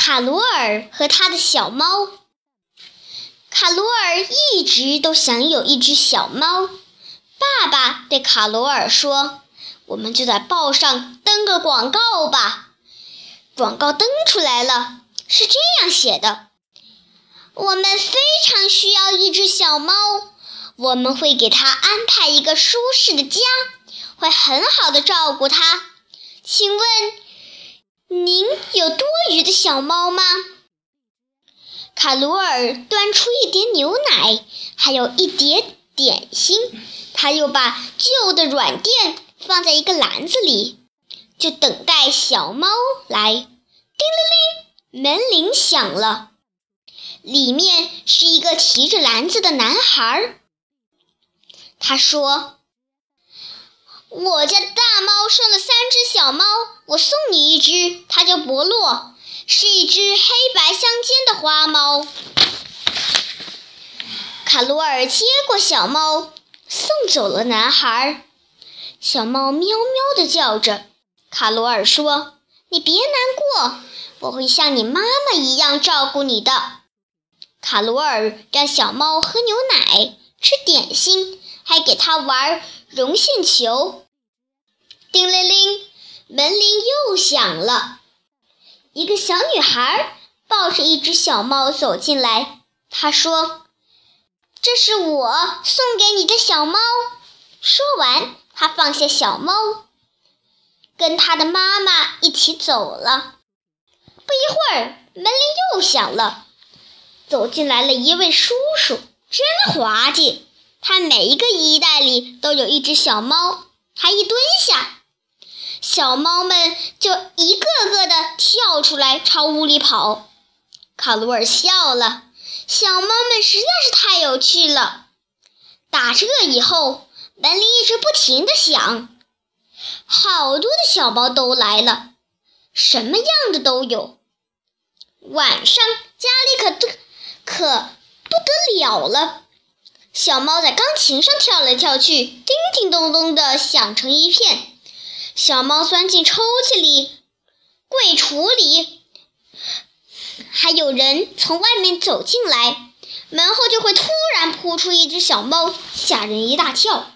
卡罗尔和他的小猫。卡罗尔一直都想有一只小猫。爸爸对卡罗尔说：“我们就在报上登个广告吧。”广告登出来了，是这样写的：“我们非常需要一只小猫，我们会给它安排一个舒适的家，会很好的照顾它。请问您有多余的小猫吗？”卡罗尔端出一碟牛奶，还有一碟点心，他又把旧的软垫放在一个篮子里，就等待小猫来。叮铃铃，门铃响了，里面是一个提着篮子的男孩。他说：“我家大猫生了3只小猫，我送你一只，它叫伯洛，是一只黑白相间的花猫。”卡罗尔接过小猫，送走了男孩。小猫喵喵地叫着。卡罗尔说：“你别难过，我会像你妈妈一样照顾你的。”卡罗尔让小猫喝牛奶，吃点心，还给它玩绒线球。叮铃铃，门铃又响了。一个小女孩抱着一只小猫走进来，她说：“这是我送给你的小猫。”说完，她放下小猫，跟她的妈妈一起走了。不一会儿，门铃又响了，走进来了一位叔叔，真滑稽。他每一个衣袋里都有一只小猫，他一蹲下，小猫们就一个个的跳出来朝屋里跑。卡罗尔笑了，小猫们实在是太有趣了。打这以后，门铃一直不停地响，好多的小猫都来了，什么样的都有。晚上家里可不得了了，小猫在钢琴上跳来跳去，叮叮咚咚地响成一片。小猫钻进抽屉里、柜橱里，还有人从外面走进来，门后就会突然扑出一只小猫，吓人一大跳。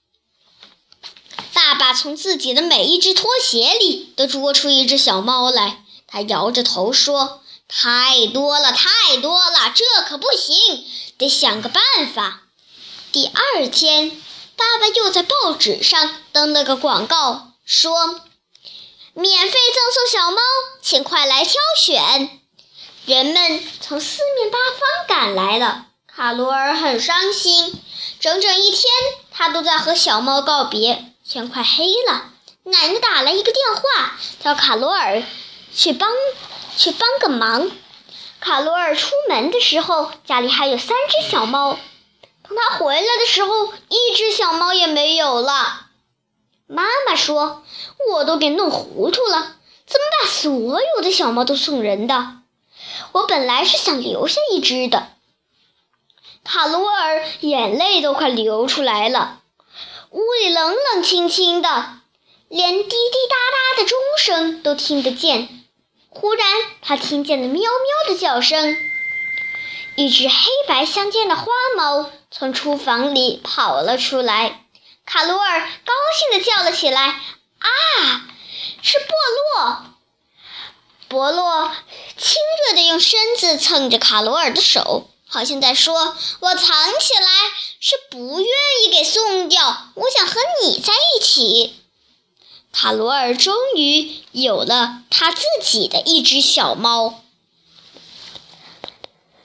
爸爸从自己的每一只拖鞋里都捉出一只小猫来，他摇着头说：“太多了，太多了，这可不行，得想个办法。”第二天，爸爸又在报纸上登了个广告，说：“免费赠送小猫，请快来挑选。”人们从四面八方赶来了，卡罗尔很伤心，整整一天他都在和小猫告别。天快黑了，奶奶打来一个电话，叫卡罗尔去帮个忙。卡罗尔出门的时候，家里还有3只小猫，等他回来的时候，一只小猫也没有了。妈妈说：“我都给弄糊涂了，怎么把所有的小猫都送人的？我本来是想留下一只的。”卡罗尔眼泪都快流出来了。屋里冷冷清清的，连滴滴答答的钟声都听得见。忽然，他听见了喵喵的叫声，一只黑白相间的花猫从厨房里跑了出来。卡罗尔高兴地叫了起来：“啊，是波洛！”波洛亲热地用身子蹭着卡罗尔的手，好像在说：“我藏起来是不愿意给送掉，我想和你在一起。”卡罗尔终于有了他自己的一只小猫。